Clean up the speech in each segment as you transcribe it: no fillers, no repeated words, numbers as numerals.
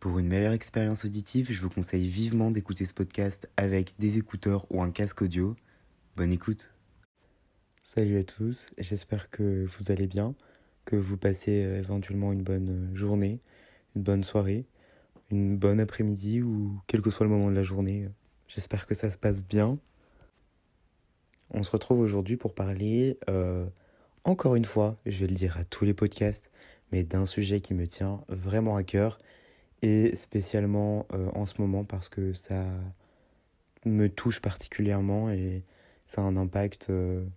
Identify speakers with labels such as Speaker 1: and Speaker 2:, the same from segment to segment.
Speaker 1: Pour une meilleure expérience auditive, je vous conseille vivement d'écouter ce podcast avec des écouteurs ou un casque audio. Bonne écoute. Salut à tous, j'espère que vous allez bien, que vous passez éventuellement une bonne journée, une bonne soirée, une bonne après-midi ou quel que soit le moment de la journée. J'espère que ça se passe bien. On se retrouve aujourd'hui pour parler, encore une fois, je vais le dire à tous les podcasts, mais d'un sujet qui me tient vraiment à cœur. Et spécialement en ce moment parce que ça me touche particulièrement et ça a un impact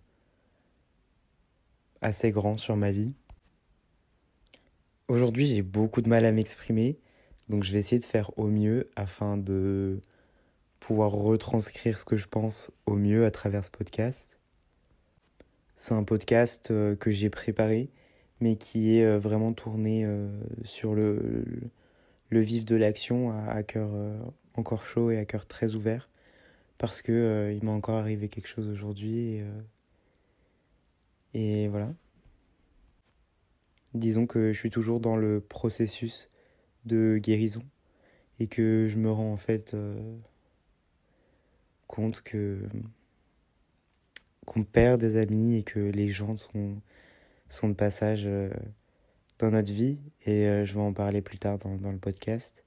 Speaker 1: assez grand sur ma vie. Aujourd'hui, j'ai beaucoup de mal à m'exprimer, donc je vais essayer de faire au mieux afin de pouvoir retranscrire ce que je pense au mieux à travers ce podcast. C'est un podcast que j'ai préparé, mais qui est vraiment tourné sur le vif de l'action à cœur encore chaud et à cœur très ouvert. Parce que il m'est encore arrivé quelque chose aujourd'hui et voilà. Disons que je suis toujours dans le processus de guérison et que je me rends en fait compte que qu'on perd des amis et que les gens sont de passage dans notre vie et je vais en parler plus tard dans le podcast.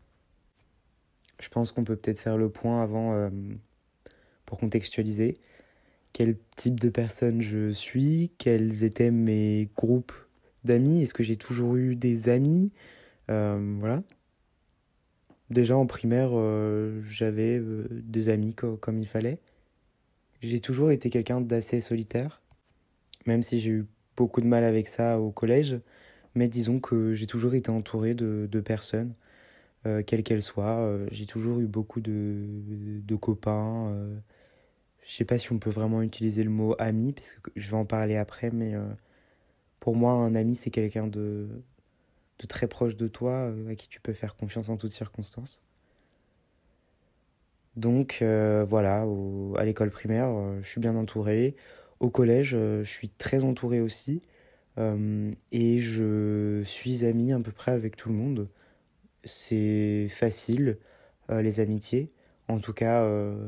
Speaker 1: Je pense qu'on peut peut-être faire le point avant pour contextualiser quel type de personne je suis, quels étaient mes groupes d'amis, est-ce que j'ai toujours eu des amis, voilà. Déjà en primaire, j'avais des amis comme il fallait. J'ai toujours été quelqu'un d'assez solitaire, même si j'ai eu beaucoup de mal avec ça au collège, mais disons que j'ai toujours été entouré de personnes, quelles qu'elles soient. J'ai toujours eu beaucoup de copains. Je sais pas si on peut vraiment utiliser le mot ami, parce que je vais en parler après, mais pour moi, un ami, c'est quelqu'un de très proche de toi, à qui tu peux faire confiance en toutes circonstances. Donc voilà, à l'école primaire, je suis bien entouré. Au collège, je suis très entouré aussi. Et je suis ami à peu près avec tout le monde. C'est facile, les amitiés. En tout cas,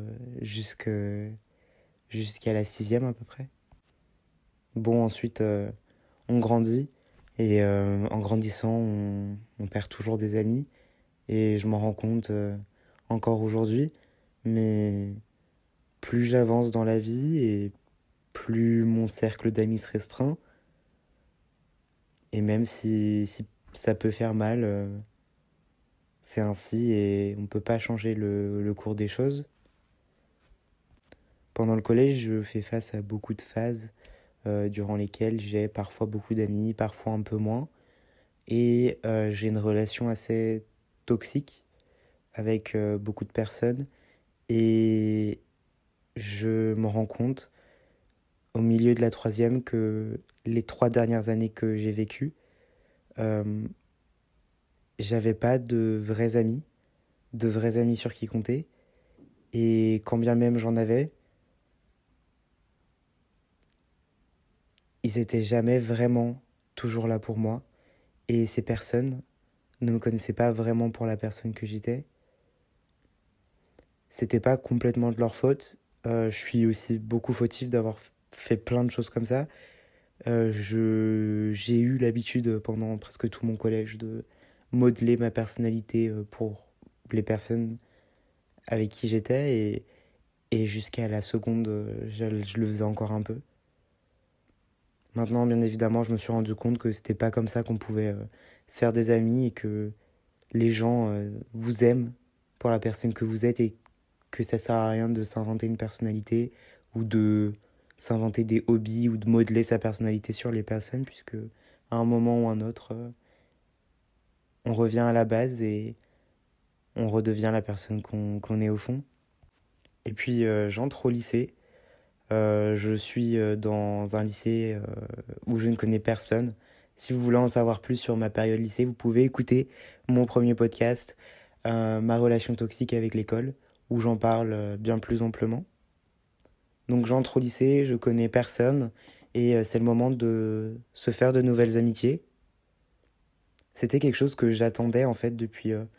Speaker 1: jusqu'à la sixième à peu près. Bon, ensuite, on grandit. Et en grandissant, on perd toujours des amis. Et je m'en rends compte encore aujourd'hui. Mais plus j'avance dans la vie et plus mon cercle d'amis se restreint. Et même si ça peut faire mal, c'est ainsi et on ne peut pas changer le cours des choses. Pendant le collège, je fais face à beaucoup de phases durant lesquelles j'ai parfois beaucoup d'amis, parfois un peu moins. Et j'ai une relation assez toxique avec beaucoup de personnes. Et je me rends compte au milieu de la troisième que les 3 dernières années que j'ai vécues, euh, j'avais pas de vrais amis sur qui compter. Et quand bien même j'en avais, ils étaient jamais vraiment toujours là pour moi. Et ces personnes ne me connaissaient pas vraiment pour la personne que j'étais. C'était pas complètement de leur faute. Je suis aussi beaucoup fautif d'avoir fait plein de choses comme ça. J'ai eu l'habitude pendant presque tout mon collège de modeler ma personnalité pour les personnes avec qui j'étais et jusqu'à la seconde, je le faisais encore un peu. Maintenant, bien évidemment, je me suis rendu compte que c'était pas comme ça qu'on pouvait se faire des amis et que les gens vous aiment pour la personne que vous êtes et que ça sert à rien de s'inventer une personnalité ou de s'inventer des hobbies ou de modeler sa personnalité sur les personnes puisque à un moment ou un autre, on revient à la base et on redevient la personne qu'on est au fond. Et puis, j'entre au lycée. Je suis dans un lycée où je ne connais personne. Si vous voulez en savoir plus sur ma période lycée, vous pouvez écouter mon premier podcast, Ma relation toxique avec l'école, où j'en parle bien plus amplement. Donc j'entre au lycée, je connais personne, et c'est le moment de se faire de nouvelles amitiés. C'était quelque chose que j'attendais en fait depuis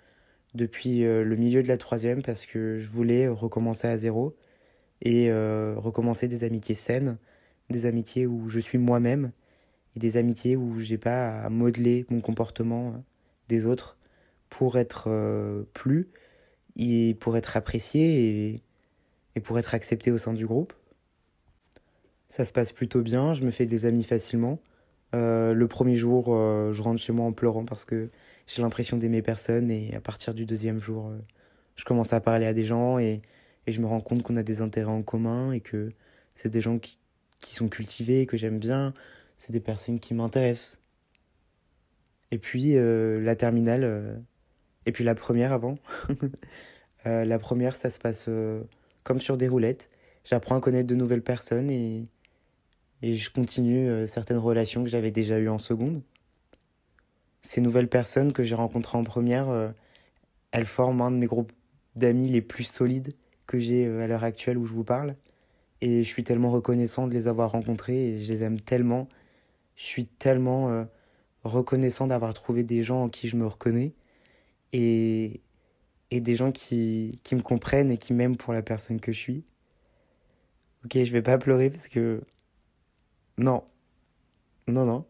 Speaker 1: depuis le milieu de la troisième parce que je voulais recommencer à zéro et recommencer des amitiés saines, des amitiés où je suis moi-même et des amitiés où j'ai pas à modeler mon comportement des autres pour être plus et pour être apprécié et pour être accepté au sein du groupe. Ça se passe plutôt bien, je me fais des amis facilement. Le premier jour, je rentre chez moi en pleurant parce que j'ai l'impression d'aimer personne et à partir du deuxième jour, je commence à parler à des gens et je me rends compte qu'on a des intérêts en commun et que c'est des gens qui sont cultivés, que j'aime bien, c'est des personnes qui m'intéressent. Et puis la terminale, et puis la première avant. La première, ça se passe comme sur des roulettes. J'apprends à connaître de nouvelles personnes et je continue certaines relations que j'avais déjà eues en seconde. Ces nouvelles personnes que j'ai rencontrées en première, elles forment un de mes groupes d'amis les plus solides que j'ai à l'heure actuelle où je vous parle. Et je suis tellement reconnaissant de les avoir rencontrés et je les aime tellement. Je suis tellement reconnaissant d'avoir trouvé des gens en qui je me reconnais et, et des gens qui me comprennent et qui m'aiment pour la personne que je suis. Ok, je vais pas pleurer parce que... Non, non, non.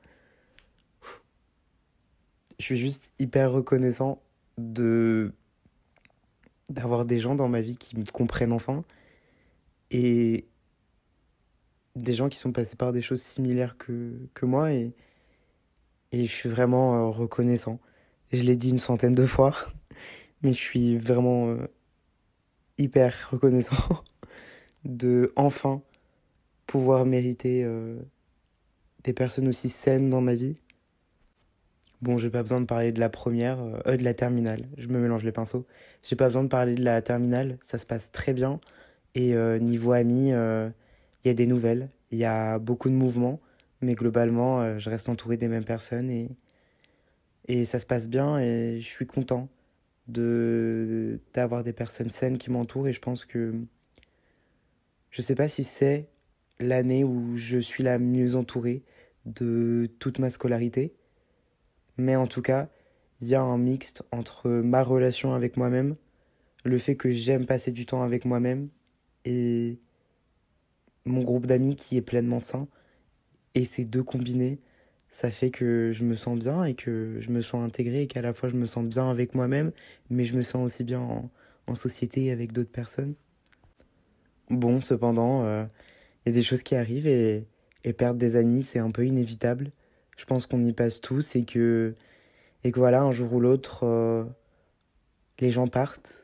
Speaker 1: Je suis juste hyper reconnaissant de d'avoir des gens dans ma vie qui me comprennent enfin et des gens qui sont passés par des choses similaires que moi et je suis vraiment reconnaissant. Je l'ai dit une centaine de fois, mais je suis vraiment hyper reconnaissant de enfin pouvoir mériter des personnes aussi saines dans ma vie. Bon, j'ai pas besoin de parler de la première, de la terminale, je me mélange les pinceaux. J'ai pas besoin de parler de la terminale, ça se passe très bien. Et niveau amis, il y a des nouvelles, il y a beaucoup de mouvements, mais globalement, je reste entouré des mêmes personnes et ça se passe bien et je suis content d'avoir des personnes saines qui m'entourent et je pense que je sais pas si c'est l'année où je suis la mieux entourée de toute ma scolarité, mais en tout cas, il y a un mixte entre ma relation avec moi-même, le fait que j'aime passer du temps avec moi-même et mon groupe d'amis qui est pleinement sain. Et ces deux combinés, ça fait que je me sens bien et que je me sens intégré et qu'à la fois je me sens bien avec moi-même, mais je me sens aussi bien en société avec d'autres personnes. Bon, cependant, il y a des choses qui arrivent et perdre des amis, c'est un peu inévitable. Je pense qu'on y passe tous et que voilà, un jour ou l'autre, les gens partent.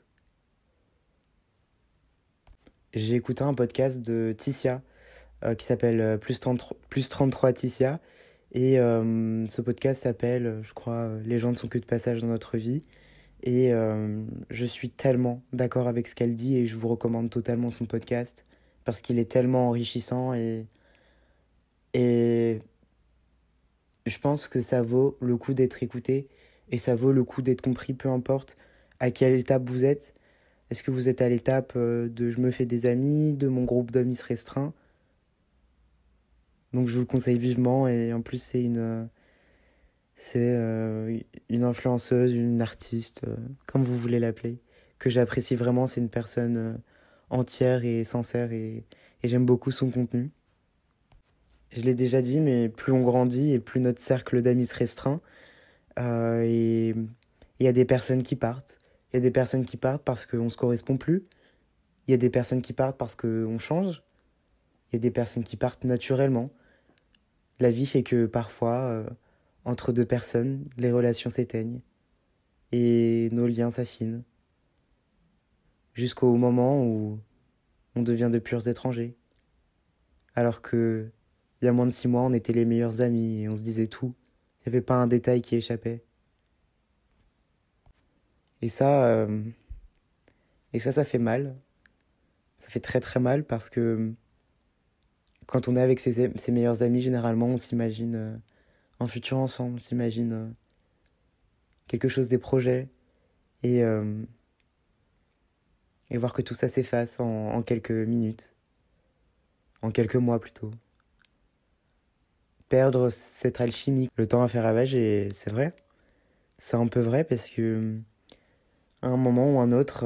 Speaker 1: J'ai écouté un podcast de Ticia qui s'appelle plus 33 Ticia. Et ce podcast s'appelle, je crois, Les gens ne sont que de passage dans notre vie. Et je suis tellement d'accord avec ce qu'elle dit et je vous recommande totalement son podcast parce qu'il est tellement enrichissant et je pense que ça vaut le coup d'être écouté et ça vaut le coup d'être compris, peu importe à quelle étape vous êtes. Est-ce que vous êtes à l'étape de je me fais des amis, de mon groupe d'amis se restreint? Donc je vous le conseille vivement et en plus c'est une influenceuse, une artiste, comme vous voulez l'appeler, que j'apprécie vraiment. C'est une personne entière et sincère et j'aime beaucoup son contenu. Je l'ai déjà dit, mais plus on grandit et plus notre cercle d'amis se restreint. Et il y a des personnes qui partent. Il y a des personnes qui partent parce qu'on ne se correspond plus. Il y a des personnes qui partent parce qu'on change. Il y a des personnes qui partent naturellement. La vie fait que parfois, entre deux personnes, les relations s'éteignent et nos liens s'affinent jusqu'au moment où on devient de purs étrangers. Alors que, il y a moins de 6 mois, on était les meilleurs amis et on se disait tout. Il n'y avait pas un détail qui échappait. Et ça, euh, ça fait mal. Ça fait très très mal parce que quand on est avec ses meilleurs amis, généralement, on s'imagine un futur ensemble, on s'imagine quelque chose des projets et, euh, et voir que tout ça s'efface en quelques minutes, en quelques mois plutôt. Perdre cette alchimie, le temps a fait ravage et c'est vrai. C'est un peu vrai parce que À un moment ou un autre,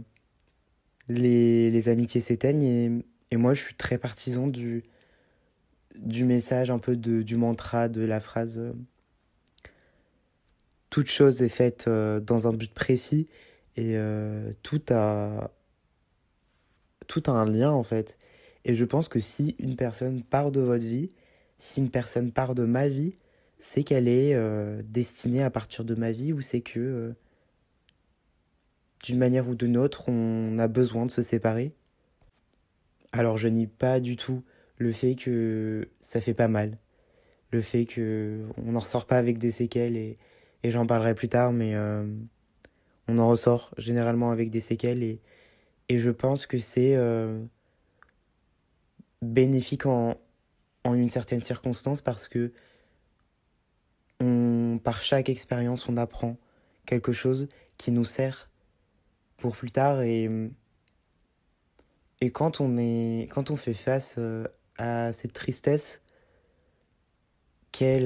Speaker 1: les amitiés s'éteignent et moi je suis très partisan du message, un peu du mantra, de la phrase toute chose est faite dans un but précis et tout a un lien en fait. Et je pense que si une personne part de votre vie, si une personne part de ma vie, c'est qu'elle est destinée à partir de ma vie ou c'est que d'une manière ou d'une autre, on a besoin de se séparer. Alors je nie pas du tout le fait que ça fait pas mal, le fait que on n'en ressort pas avec des séquelles et j'en parlerai plus tard, mais on en ressort généralement avec des séquelles et je pense que c'est bénéfique en une certaine circonstance parce que par chaque expérience, on apprend quelque chose qui nous sert pour plus tard et quand on fait face à cette tristesse qu'est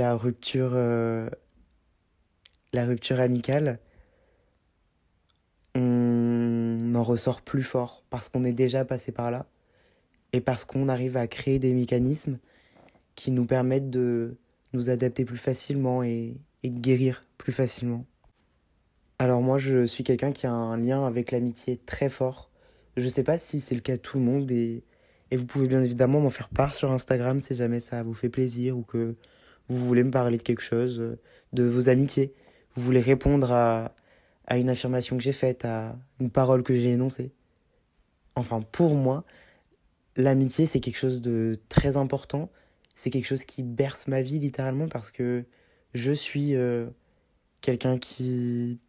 Speaker 1: la rupture amicale, on en ressort plus fort parce qu'on est déjà passé par là et parce qu'on arrive à créer des mécanismes qui nous permettent de nous adapter plus facilement et de guérir plus facilement. Alors moi, je suis quelqu'un qui a un lien avec l'amitié très fort. Je sais pas si c'est le cas de tout le monde et vous pouvez bien évidemment m'en faire part sur Instagram si jamais ça vous fait plaisir ou que vous voulez me parler de quelque chose, de vos amitiés. Vous voulez répondre à une affirmation que j'ai faite, à une parole que j'ai énoncée. Enfin, pour moi, l'amitié, c'est quelque chose de très important. C'est quelque chose qui berce ma vie littéralement parce que je suis quelqu'un qui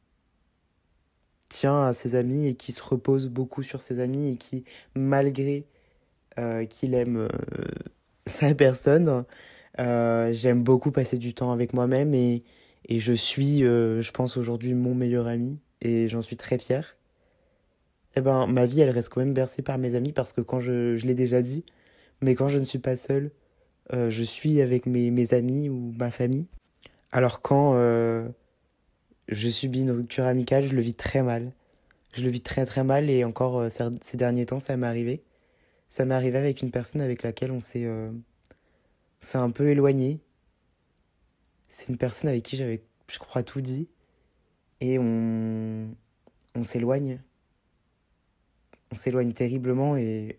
Speaker 1: tient à ses amis et qui se repose beaucoup sur ses amis et qui, malgré qu'il aime sa personne, j'aime beaucoup passer du temps avec moi-même et je suis, je pense aujourd'hui, mon meilleur ami et j'en suis très fier. Eh ben, ma vie, elle reste quand même bercée par mes amis parce que je l'ai déjà dit, mais quand je ne suis pas seul, je suis avec mes amis ou ma famille. Alors quand je subis une rupture amicale, je le vis très mal. Je le vis très très mal et encore ces derniers temps, ça m'est arrivé. Ça m'est arrivé avec une personne avec laquelle s'est un peu éloigné. C'est une personne avec qui j'avais, je crois, tout dit et on s'éloigne. On s'éloigne terriblement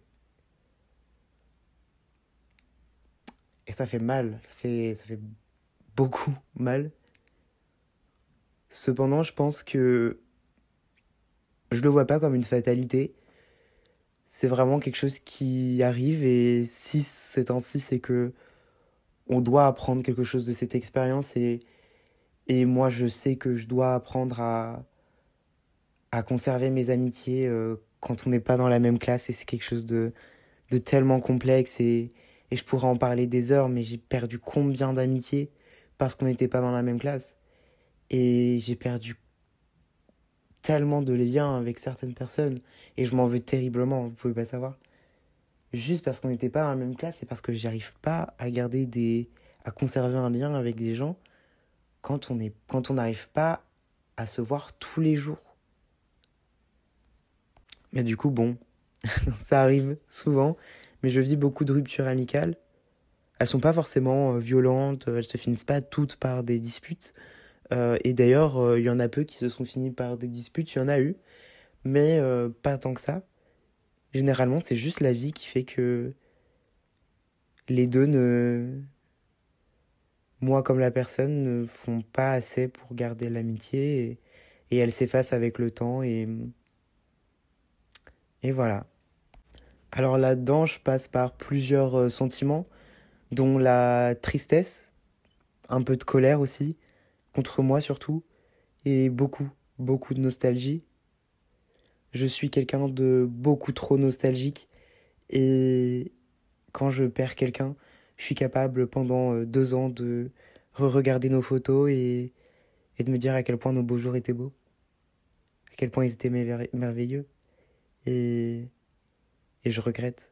Speaker 1: et ça fait mal. Ça fait beaucoup mal. Cependant, je pense que je le vois pas comme une fatalité. C'est vraiment quelque chose qui arrive et si c'est ainsi, c'est que on doit apprendre quelque chose de cette expérience et moi je sais que je dois apprendre à conserver mes amitiés quand on n'est pas dans la même classe et c'est quelque chose de tellement complexe et je pourrais en parler des heures mais j'ai perdu combien d'amitiés parce qu'on n'était pas dans la même classe et j'ai perdu tellement de liens avec certaines personnes et je m'en veux terriblement, vous pouvez pas savoir. Juste parce qu'on n'était pas dans la même classe et parce que j'arrive pas à à conserver un lien avec des gens quand on n'arrive pas à se voir tous les jours. Mais du coup, bon, ça arrive souvent, mais je vis beaucoup de ruptures amicales. Elles sont pas forcément violentes, elles se finissent pas toutes par des disputes. Et d'ailleurs, il y en a peu qui se sont finis par des disputes, il y en a eu, mais pas tant que ça. Généralement, c'est juste la vie qui fait que les deux moi comme la personne, ne font pas assez pour garder l'amitié et elles s'effacent avec le temps et voilà. Alors là-dedans, je passe par plusieurs sentiments, dont la tristesse, un peu de colère aussi, contre moi surtout, et beaucoup de nostalgie. Je suis quelqu'un de beaucoup trop nostalgique et quand je perds quelqu'un, je suis capable pendant 2 ans de re-regarder nos photos et de me dire à quel point nos beaux jours étaient beaux, à quel point ils étaient merveilleux et, et je regrette.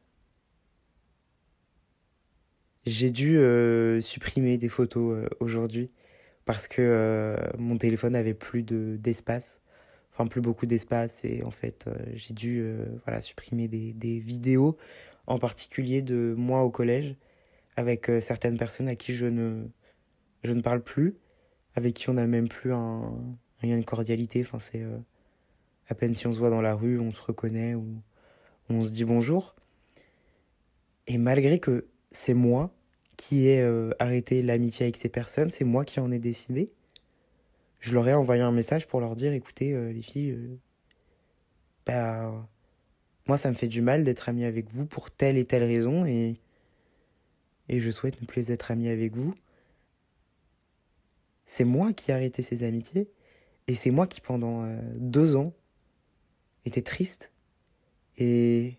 Speaker 1: J'ai dû supprimer des photos aujourd'hui parce que mon téléphone avait plus d'espace enfin plus beaucoup d'espace et en fait j'ai dû supprimer des vidéos, en particulier de moi au collège, avec certaines personnes à qui je ne parle plus, avec qui on n'a même plus un lien de cordialité, enfin c'est à peine si on se voit dans la rue, on se reconnaît ou on se dit bonjour. Et malgré que c'est moi qui ai arrêté l'amitié avec ces personnes, c'est moi qui en ai décidé, je leur ai envoyé un message pour leur dire, écoutez les filles, bah moi ça me fait du mal d'être ami avec vous pour telle et telle raison et je souhaite ne plus être ami avec vous. C'est moi qui ai arrêté ces amitiés et c'est moi qui pendant 2 ans était triste et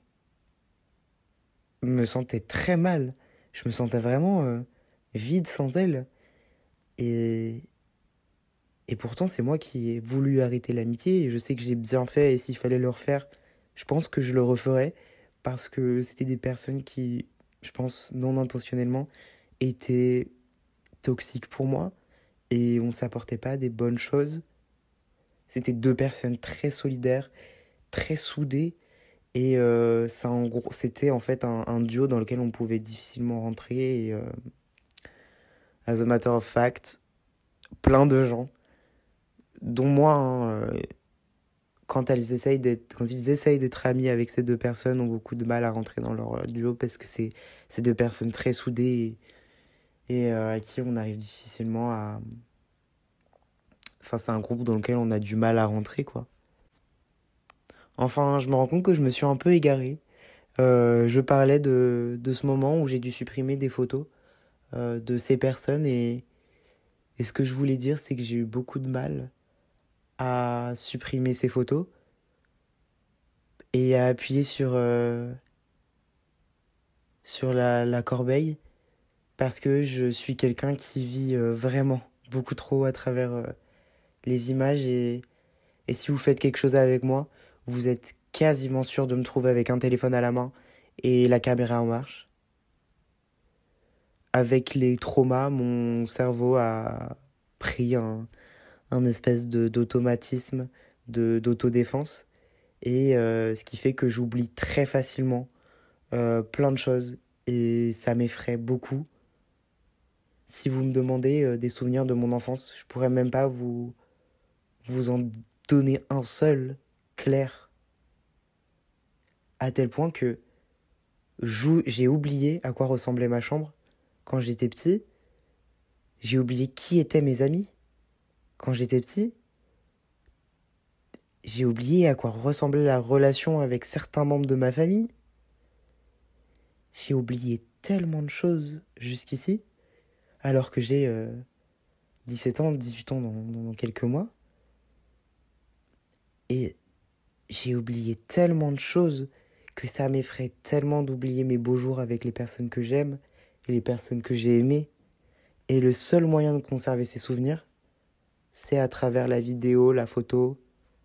Speaker 1: me sentais très mal. Je me sentais vraiment vide sans elles. Et, et pourtant, c'est moi qui ai voulu arrêter l'amitié. Et je sais que j'ai bien fait. Et s'il fallait le refaire, je pense que je le referais. Parce que c'était des personnes qui, je pense, non intentionnellement, étaient toxiques pour moi. Et on s'apportait pas des bonnes choses. C'était 2 personnes très solidaires, très soudées. Et ça, en gros, c'était en fait un duo dans lequel on pouvait difficilement rentrer. Et as a matter of fact, plein de gens, dont moi, hein, quand ils essayent d'être amis avec ces 2 personnes, ont beaucoup de mal à rentrer dans leur duo parce que c'est 2 personnes très soudées et à qui on arrive difficilement à. Enfin, c'est un groupe dans lequel on a du mal à rentrer, quoi. Enfin, je me rends compte que je me suis un peu égaré. Je parlais de ce moment où j'ai dû supprimer des photos de ces personnes et ce que je voulais dire, c'est que j'ai eu beaucoup de mal à supprimer ces photos et à appuyer sur la corbeille parce que je suis quelqu'un qui vit vraiment beaucoup trop à travers les images et si vous faites quelque chose avec moi, vous êtes quasiment sûr de me trouver avec un téléphone à la main et la caméra en marche. Avec les traumas, mon cerveau a pris un espèce d'automatisme, d'autodéfense et ce qui fait que j'oublie très facilement plein de choses et ça m'effraie beaucoup. Si vous me demandez des souvenirs de mon enfance, je pourrais même pas vous en donner un seul clair, à tel point que j'ai oublié à quoi ressemblait ma chambre quand j'étais petit. J'ai oublié qui étaient mes amis quand j'étais petit. J'ai oublié à quoi ressemblait la relation avec certains membres de ma famille. J'ai oublié tellement de choses jusqu'ici, alors que j'ai 17 ans, 18 ans dans quelques mois. Et j'ai oublié tellement de choses que ça m'effraie tellement d'oublier mes beaux jours avec les personnes que j'aime et les personnes que j'ai aimées. Et le seul moyen de conserver ces souvenirs, c'est à travers la vidéo, la photo.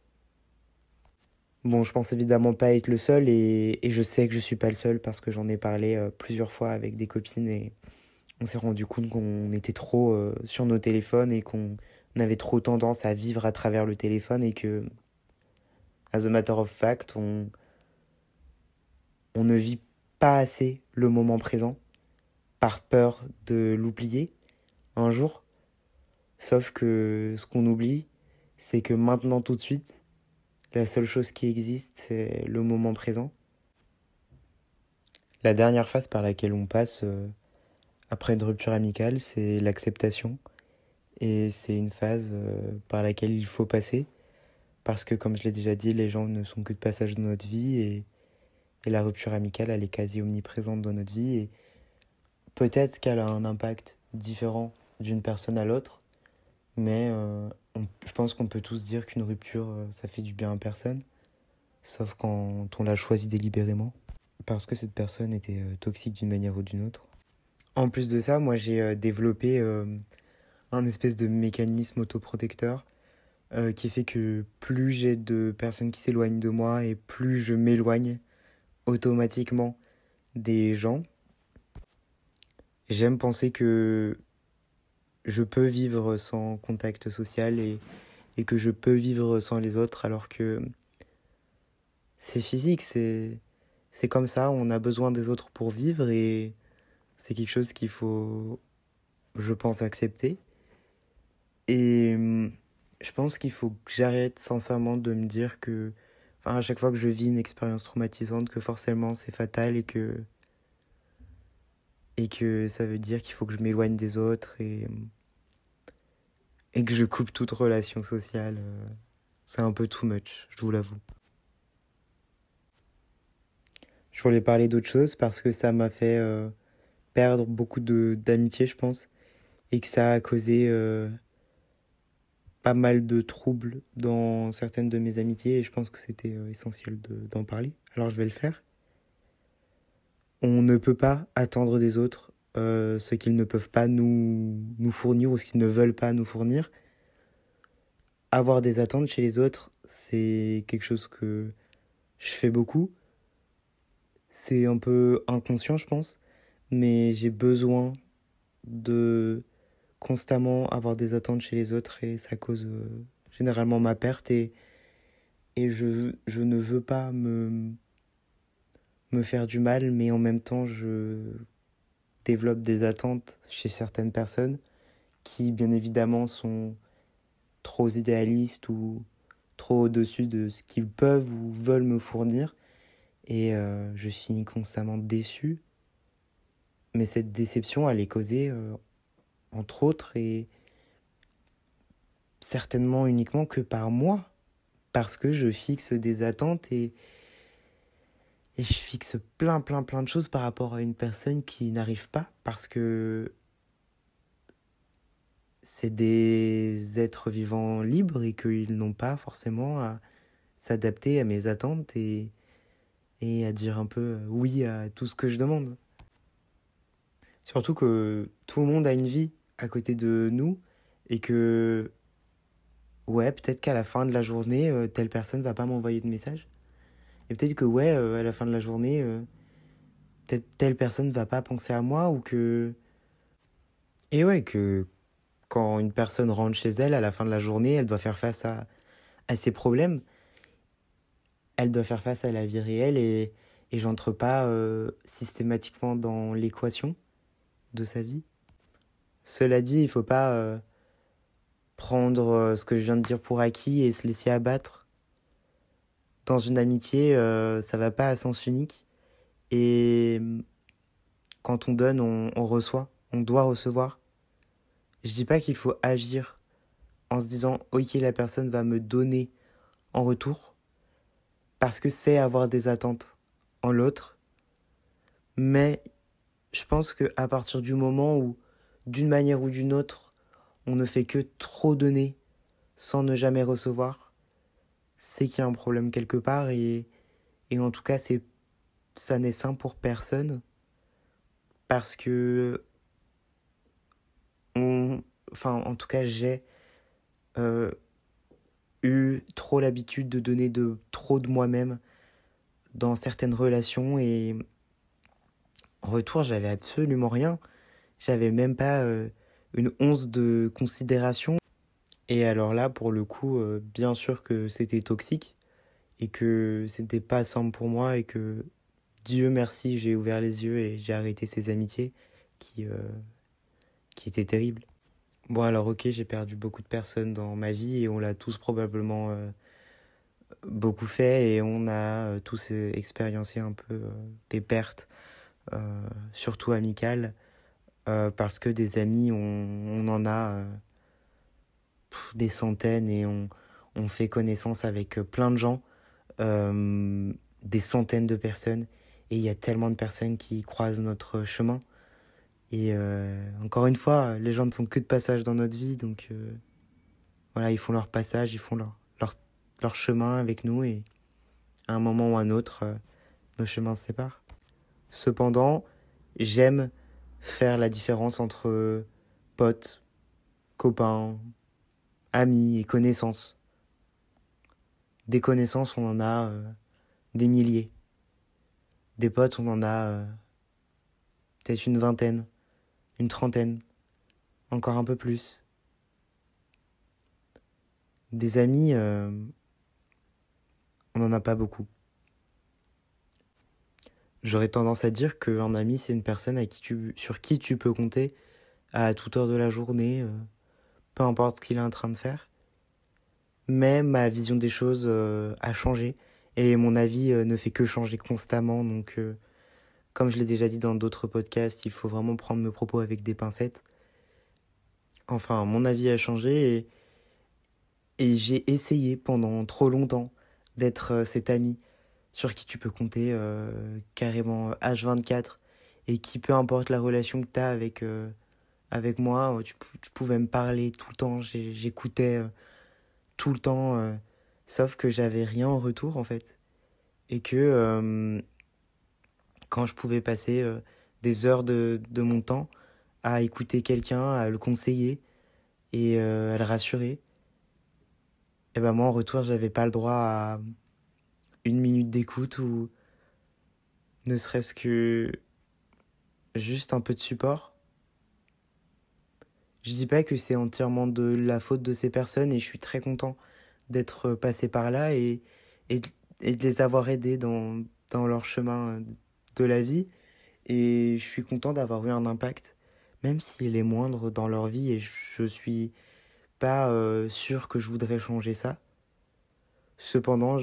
Speaker 1: Bon, je pense évidemment pas être le seul et je sais que je suis pas le seul parce que j'en ai parlé plusieurs fois avec des copines et on s'est rendu compte qu'on était trop sur nos téléphones et qu'on avait trop tendance à vivre à travers le téléphone et que, as a matter of fact, on ne vit pas assez le moment présent par peur de l'oublier un jour. Sauf que ce qu'on oublie, c'est que maintenant tout de suite, la seule chose qui existe, c'est le moment présent. La dernière phase par laquelle on passe après une rupture amicale, c'est l'acceptation. Et c'est une phase par laquelle il faut passer. Parce que, comme je l'ai déjà dit, les gens ne sont que de passage dans notre vie. Et la rupture amicale, elle est quasi omniprésente dans notre vie. Et peut-être qu'elle a un impact différent d'une personne à l'autre. Mais je pense qu'on peut tous dire qu'une rupture, ça fait du bien à personne. Sauf quand on l'a choisi délibérément. Parce que cette personne était toxique d'une manière ou d'une autre. En plus de ça, moi j'ai développé un espèce de mécanisme autoprotecteur qui fait que plus j'ai de personnes qui s'éloignent de moi et plus je m'éloigne automatiquement des gens. J'aime penser que je peux vivre sans contact social et que je peux vivre sans les autres, alors que c'est physique, c'est comme ça, on a besoin des autres pour vivre et c'est quelque chose qu'il faut, je pense, accepter. Et je pense qu'il faut que j'arrête sincèrement de me dire que, enfin, à chaque fois que je vis une expérience traumatisante, que forcément c'est fatal et que ça veut dire qu'il faut que je m'éloigne des autres et que je coupe toute relation sociale. C'est un peu too much, je vous l'avoue. Je voulais parler d'autre chose parce que ça m'a fait perdre beaucoup d'amitié, je pense, et que ça a causé pas mal de troubles dans certaines de mes amitiés, et je pense que c'était essentiel d'en parler. Alors je vais le faire. On ne peut pas attendre des autres ce qu'ils ne peuvent pas nous fournir ou ce qu'ils ne veulent pas nous fournir. Avoir des attentes chez les autres, c'est quelque chose que je fais beaucoup. C'est un peu inconscient, je pense, mais j'ai besoin de constamment avoir des attentes chez les autres et ça cause généralement ma perte et je ne veux pas me faire du mal, mais en même temps, je développe des attentes chez certaines personnes qui, bien évidemment, sont trop idéalistes ou trop au-dessus de ce qu'ils peuvent ou veulent me fournir. Et je finis constamment déçu. Mais cette déception, elle est causée, entre autres, et certainement uniquement que par moi. Parce que je fixe des attentes et je fixe plein de choses par rapport à une personne qui n'arrive pas. Parce que c'est des êtres vivants libres et qu'ils n'ont pas forcément à s'adapter à mes attentes et à dire un peu oui à tout ce que je demande. Surtout que tout le monde a une vie à côté de nous et que, ouais, peut-être qu'à la fin de la journée, telle personne va pas m'envoyer de message. Et peut-être que, ouais, à la fin de la journée, peut-être telle personne va pas penser à moi ou que... Et ouais, que quand une personne rentre chez elle, à la fin de la journée, elle doit faire face à ses problèmes. Elle doit faire face à la vie réelle et j'entre pas systématiquement dans l'équation de sa vie. Cela dit, il faut pas prendre ce que je viens de dire pour acquis et se laisser abattre. Dans une amitié, ça va pas à sens unique. Et quand on donne, on reçoit. On doit recevoir. Je dis pas qu'il faut agir en se disant, ok, la personne va me donner en retour, parce que c'est avoir des attentes en l'autre. Mais je pense qu'à partir du moment où, d'une manière ou d'une autre, on ne fait que trop donner sans ne jamais recevoir, c'est qu'il y a un problème quelque part et en tout cas, ça n'est sain pour personne parce que, enfin, en tout cas, j'ai euh, eu trop l'habitude de donner trop de moi-même dans certaines relations et en retour, j'avais absolument rien. J'avais même pas une once de considération. Et alors là, pour le coup, bien sûr que c'était toxique et que c'était pas simple pour moi et que Dieu merci, j'ai ouvert les yeux et j'ai arrêté ces amitiés qui, euh, qui étaient terribles. Bon alors ok, j'ai perdu beaucoup de personnes dans ma vie et on l'a tous probablement beaucoup fait et on a tous expériencé un peu des pertes, surtout amicales, parce que des amis, on en a des centaines et on fait connaissance avec plein de gens, des centaines de personnes et il y a tellement de personnes qui croisent notre chemin. Et encore une fois, les gens ne sont que de passage dans notre vie, donc voilà, ils font leur passage, ils font leur chemin avec nous et à un moment ou à un autre, nos chemins se séparent. Cependant, j'aime faire la différence entre potes, copains, amis et connaissances. Des connaissances, on en a des milliers. Des potes, on en a peut-être une vingtaine, une trentaine, encore un peu plus. Des amis, on n'en a pas beaucoup. J'aurais tendance à dire qu'un ami, c'est une personne sur qui tu peux compter à toute heure de la journée, peu importe ce qu'il est en train de faire. Mais ma vision des choses a changé et mon avis ne fait que changer constamment. Donc, comme je l'ai déjà dit dans d'autres podcasts, il faut vraiment prendre mes propos avec des pincettes. Enfin, mon avis a changé et j'ai essayé pendant trop longtemps d'être cet ami sur qui tu peux compter carrément H24 et qui, peu importe la relation que tu as avec moi, tu pouvais me parler tout le temps, j'écoutais tout le temps, sauf que j'avais rien en retour en fait. Et que quand je pouvais passer des heures de mon temps à écouter quelqu'un, à le conseiller et à le rassurer, et ben moi en retour j'avais pas le droit à une minute d'écoute ou ne serait-ce que juste un peu de support. Je dis pas que c'est entièrement de la faute de ces personnes et je suis très content d'être passé par là et, et de les avoir aidés dans leur chemin de la vie. Et je suis content d'avoir eu un impact, même s'il est moindre dans leur vie et je suis pas sûr que je voudrais changer ça. Cependant,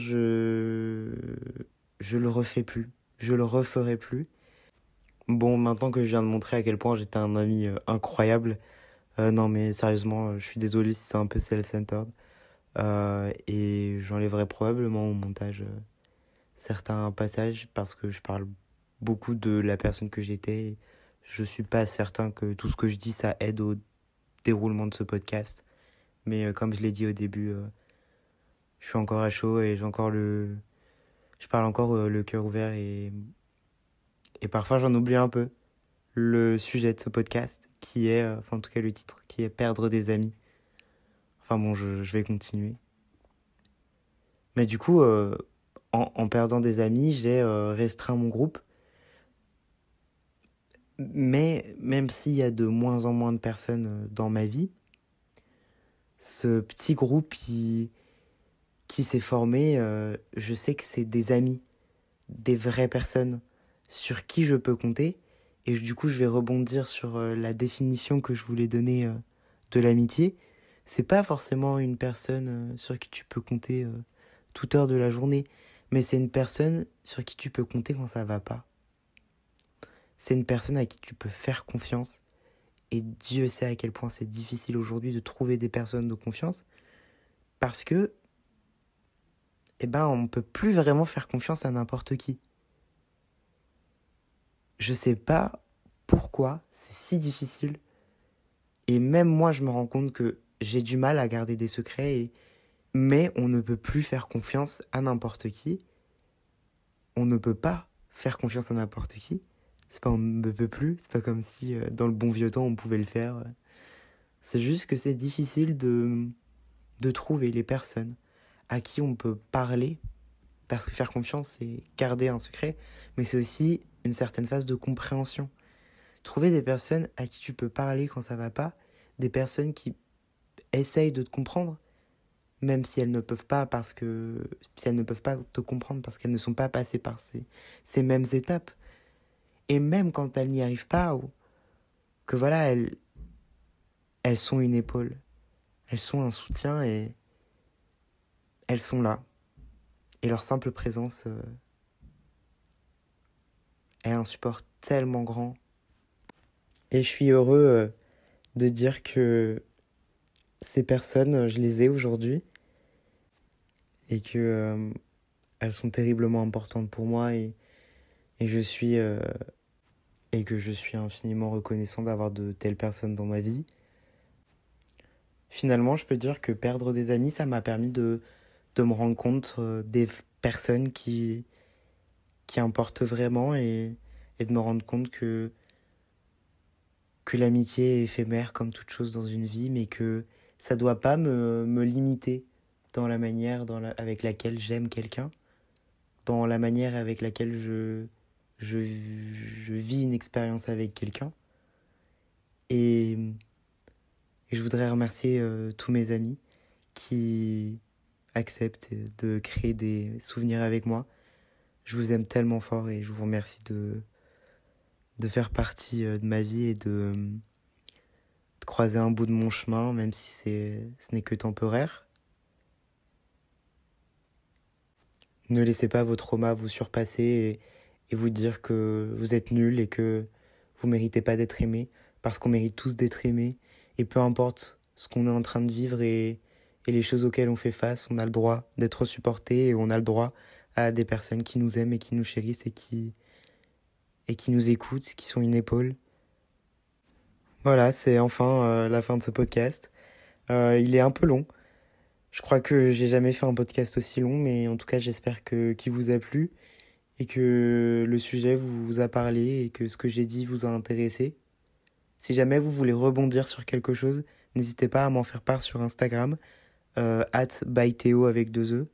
Speaker 1: je le refais plus. Je le referai plus. Bon, maintenant que je viens de montrer à quel point j'étais un ami incroyable, non mais sérieusement, je suis désolé si c'est un peu self-centered. Et j'enlèverai probablement au montage certains passages parce que je parle beaucoup de la personne que j'étais. Je suis pas certain que tout ce que je dis ça aide au déroulement de ce podcast. Mais comme je l'ai dit au début, je suis encore à chaud et je parle encore le cœur ouvert et parfois j'en oublie un peu le sujet de ce podcast qui est, enfin en tout cas le titre, qui est perdre des amis. Enfin bon, je vais continuer. Mais du coup, en perdant des amis, j'ai restreint mon groupe. Mais même s'il y a de moins en moins de personnes dans ma vie, ce petit groupe qui s'est formé, je sais que c'est des amis, des vraies personnes sur qui je peux compter. Et du coup, je vais rebondir sur la définition que je voulais donner de l'amitié. C'est pas forcément une personne sur qui tu peux compter toute heure de la journée, mais c'est une personne sur qui tu peux compter quand ça va pas. C'est une personne à qui tu peux faire confiance. Et Dieu sait à quel point c'est difficile aujourd'hui de trouver des personnes de confiance parce que, eh ben, on peut plus vraiment faire confiance à n'importe qui. Je sais pas pourquoi c'est si difficile. Et même moi, je me rends compte que j'ai du mal à garder des secrets. Mais on ne peut plus faire confiance à n'importe qui. On ne peut pas faire confiance à n'importe qui. C'est pas on ne peut plus. C'est pas comme si dans le bon vieux temps on pouvait le faire. C'est juste que c'est difficile de trouver les personnes à qui on peut parler. Parce que faire confiance, c'est garder un secret. Mais c'est aussi une certaine phase de compréhension. Trouver des personnes à qui tu peux parler quand ça va pas, des personnes qui essayent de te comprendre, même si elles ne peuvent pas si elles ne peuvent pas te comprendre parce qu'elles ne sont pas passées par ces mêmes étapes. Et même quand elles n'y arrivent pas, ou que voilà, elles sont une épaule, elles sont un soutien et elles sont là. Et leur simple présence est un support tellement grand. Et je suis heureux de dire que ces personnes, je les ai aujourd'hui et que elles sont terriblement importantes pour moi et je suis et que je suis infiniment reconnaissant d'avoir de telles personnes dans ma vie. Finalement, je peux dire que perdre des amis, ça m'a permis de me rendre compte des personnes qui importent vraiment et de me rendre compte que l'amitié est éphémère comme toute chose dans une vie, mais que ça doit pas me limiter dans la manière avec laquelle j'aime quelqu'un, dans la manière avec laquelle je vis une expérience avec quelqu'un. Et, et je voudrais remercier tous mes amis qui acceptent de créer des souvenirs avec moi. Je vous aime tellement fort et je vous remercie de faire partie de ma vie et de croiser un bout de mon chemin, même si ce n'est que temporaire. Ne laissez pas vos traumas vous surpasser et vous dire que vous êtes nul et que vous méritez pas d'être aimé, parce qu'on mérite tous d'être aimés. Et peu importe ce qu'on est en train de vivre et les choses auxquelles on fait face, on a le droit d'être supporté et on a le droit à des personnes qui nous aiment et qui nous chérissent et qui nous écoutent, qui sont une épaule. Voilà, c'est enfin la fin de ce podcast. Il est un peu long. Je crois que j'ai jamais fait un podcast aussi long, mais en tout cas, j'espère qu'il vous a plu et que le sujet vous a parlé et que ce que j'ai dit vous a intéressé. Si jamais vous voulez rebondir sur quelque chose, n'hésitez pas à m'en faire part sur Instagram, @bythéo avec 2 E.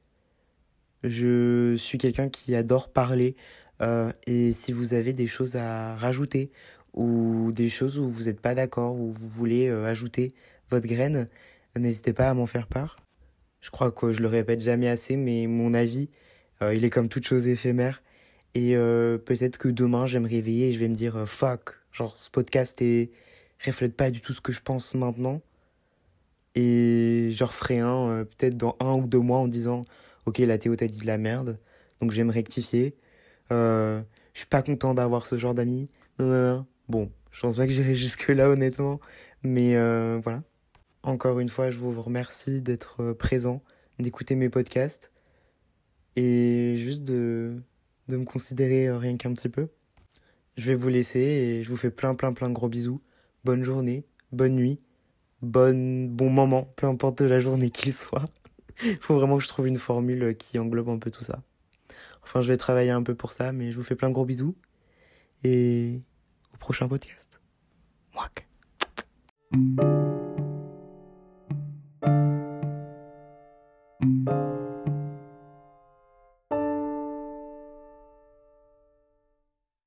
Speaker 1: Je suis quelqu'un qui adore parler et si vous avez des choses à rajouter ou des choses où vous n'êtes pas d'accord ou vous voulez ajouter votre graine, n'hésitez pas à m'en faire part. Je crois que je le répète jamais assez, mais mon avis, il est comme toute chose éphémère. Et peut-être que demain, je vais me réveiller et je vais me dire fuck, genre ce podcast reflète pas du tout ce que je pense maintenant. Et je referai un peut-être dans 1 ou 2 mois en disant ok, la Théo t'a dit de la merde, donc je vais me rectifier. Je suis pas content d'avoir ce genre d'amis. Bon, je pense pas que j'irai jusque-là honnêtement, mais voilà. Encore une fois, je vous remercie d'être présent, d'écouter mes podcasts et juste de me considérer rien qu'un petit peu. Je vais vous laisser et je vous fais plein plein plein de gros bisous. Bonne journée, bonne nuit, bon moment, peu importe de la journée qu'il soit. Il faut vraiment que je trouve une formule qui englobe un peu tout ça. Enfin, je vais travailler un peu pour ça, mais je vous fais plein de gros bisous et au prochain podcast. Mouac.